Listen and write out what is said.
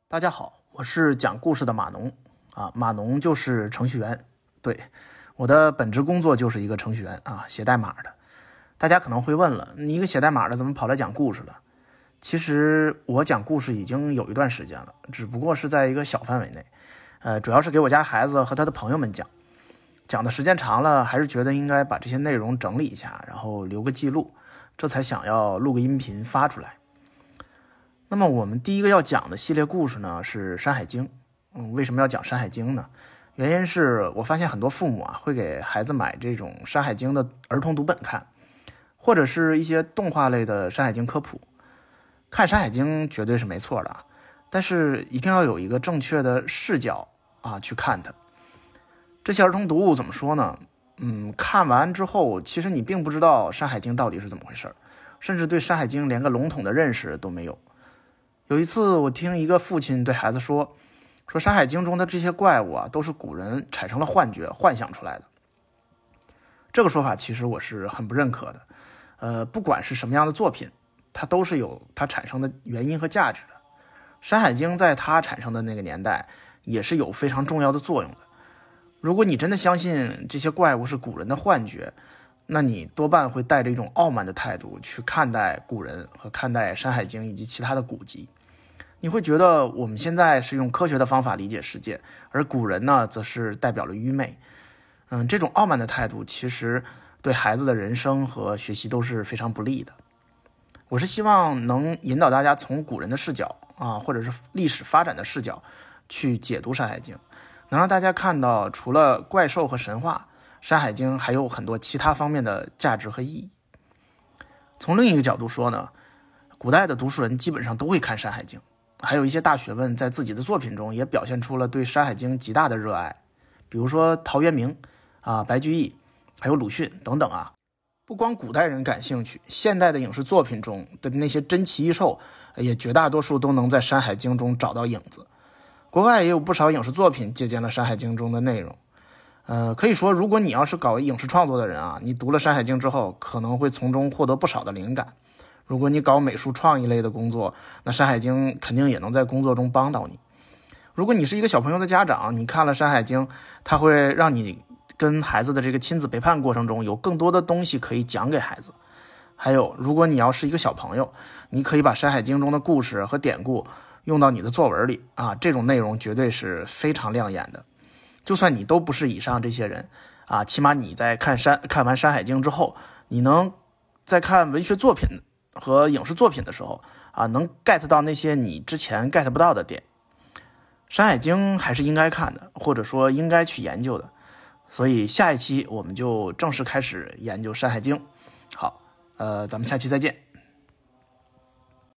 大家好，我是讲故事的码农啊，码农就是程序员。对，我的本职工作就是一个程序员啊，写代码的。大家可能会问了，你一个写代码的怎么跑来讲故事了？其实我讲故事已经有一段时间了，只不过是在一个小范围内，主要是给我家孩子和他的朋友们讲。讲的时间长了，还是觉得应该把这些内容整理一下，然后留个记录，这才想要录个音频发出来。那么我们第一个要讲的系列故事呢是《山海经》。为什么要讲《山海经》呢？原因是我发现很多父母会给孩子买这种《山海经》的儿童读本看，或者是一些动画类的《山海经》科普。看《山海经》绝对是没错的，但是一定要有一个正确的视角去看它。这些儿童读物怎么说呢？看完之后，其实你并不知道《山海经》到底是怎么回事，甚至对《山海经》连个笼统的认识都没有。有一次我听一个父亲对孩子说《山海经》中的这些怪物都是古人产生了幻觉幻想出来的。这个说法其实我是很不认可的。不管是什么样的作品，它都是有它产生的原因和价值的。《山海经》在它产生的那个年代也是有非常重要的作用的。如果你真的相信这些怪物是古人的幻觉，那你多半会带着一种傲慢的态度去看待古人和看待《山海经》以及其他的古籍。你会觉得我们现在是用科学的方法理解世界，而古人呢，则是代表了愚昧。这种傲慢的态度其实对孩子的人生和学习都是非常不利的。我是希望能引导大家从古人的视角或者是历史发展的视角去解读《山海经》，能让大家看到除了怪兽和神话，《山海经》还有很多其他方面的价值和意义。从另一个角度说呢，古代的读书人基本上都会看《山海经》，还有一些大学问在自己的作品中也表现出了对《山海经》极大的热爱，比如说陶渊明白居易，还有鲁迅等等不光古代人感兴趣，现代的影视作品中的那些珍奇异兽也绝大多数都能在《山海经》中找到影子。国外也有不少影视作品借鉴了《山海经》中的内容。可以说如果你要是搞影视创作的人你读了《山海经》之后，可能会从中获得不少的灵感。如果你搞美术创意类的工作，那《山海经》肯定也能在工作中帮到你。如果你是一个小朋友的家长，你看了《山海经》，它会让你跟孩子的这个亲子陪伴过程中有更多的东西可以讲给孩子。还有，如果你要是一个小朋友，你可以把《山海经》中的故事和典故用到你的作文里这种内容绝对是非常亮眼的。就算你都不是以上这些人起码你在看完《山海经》之后，你能在看文学作品和影视作品的时候能 get 到那些你之前 get 不到的点。山海经还是应该看的，或者说应该去研究的。所以下一期我们就正式开始研究山海经。好，咱们下期再见。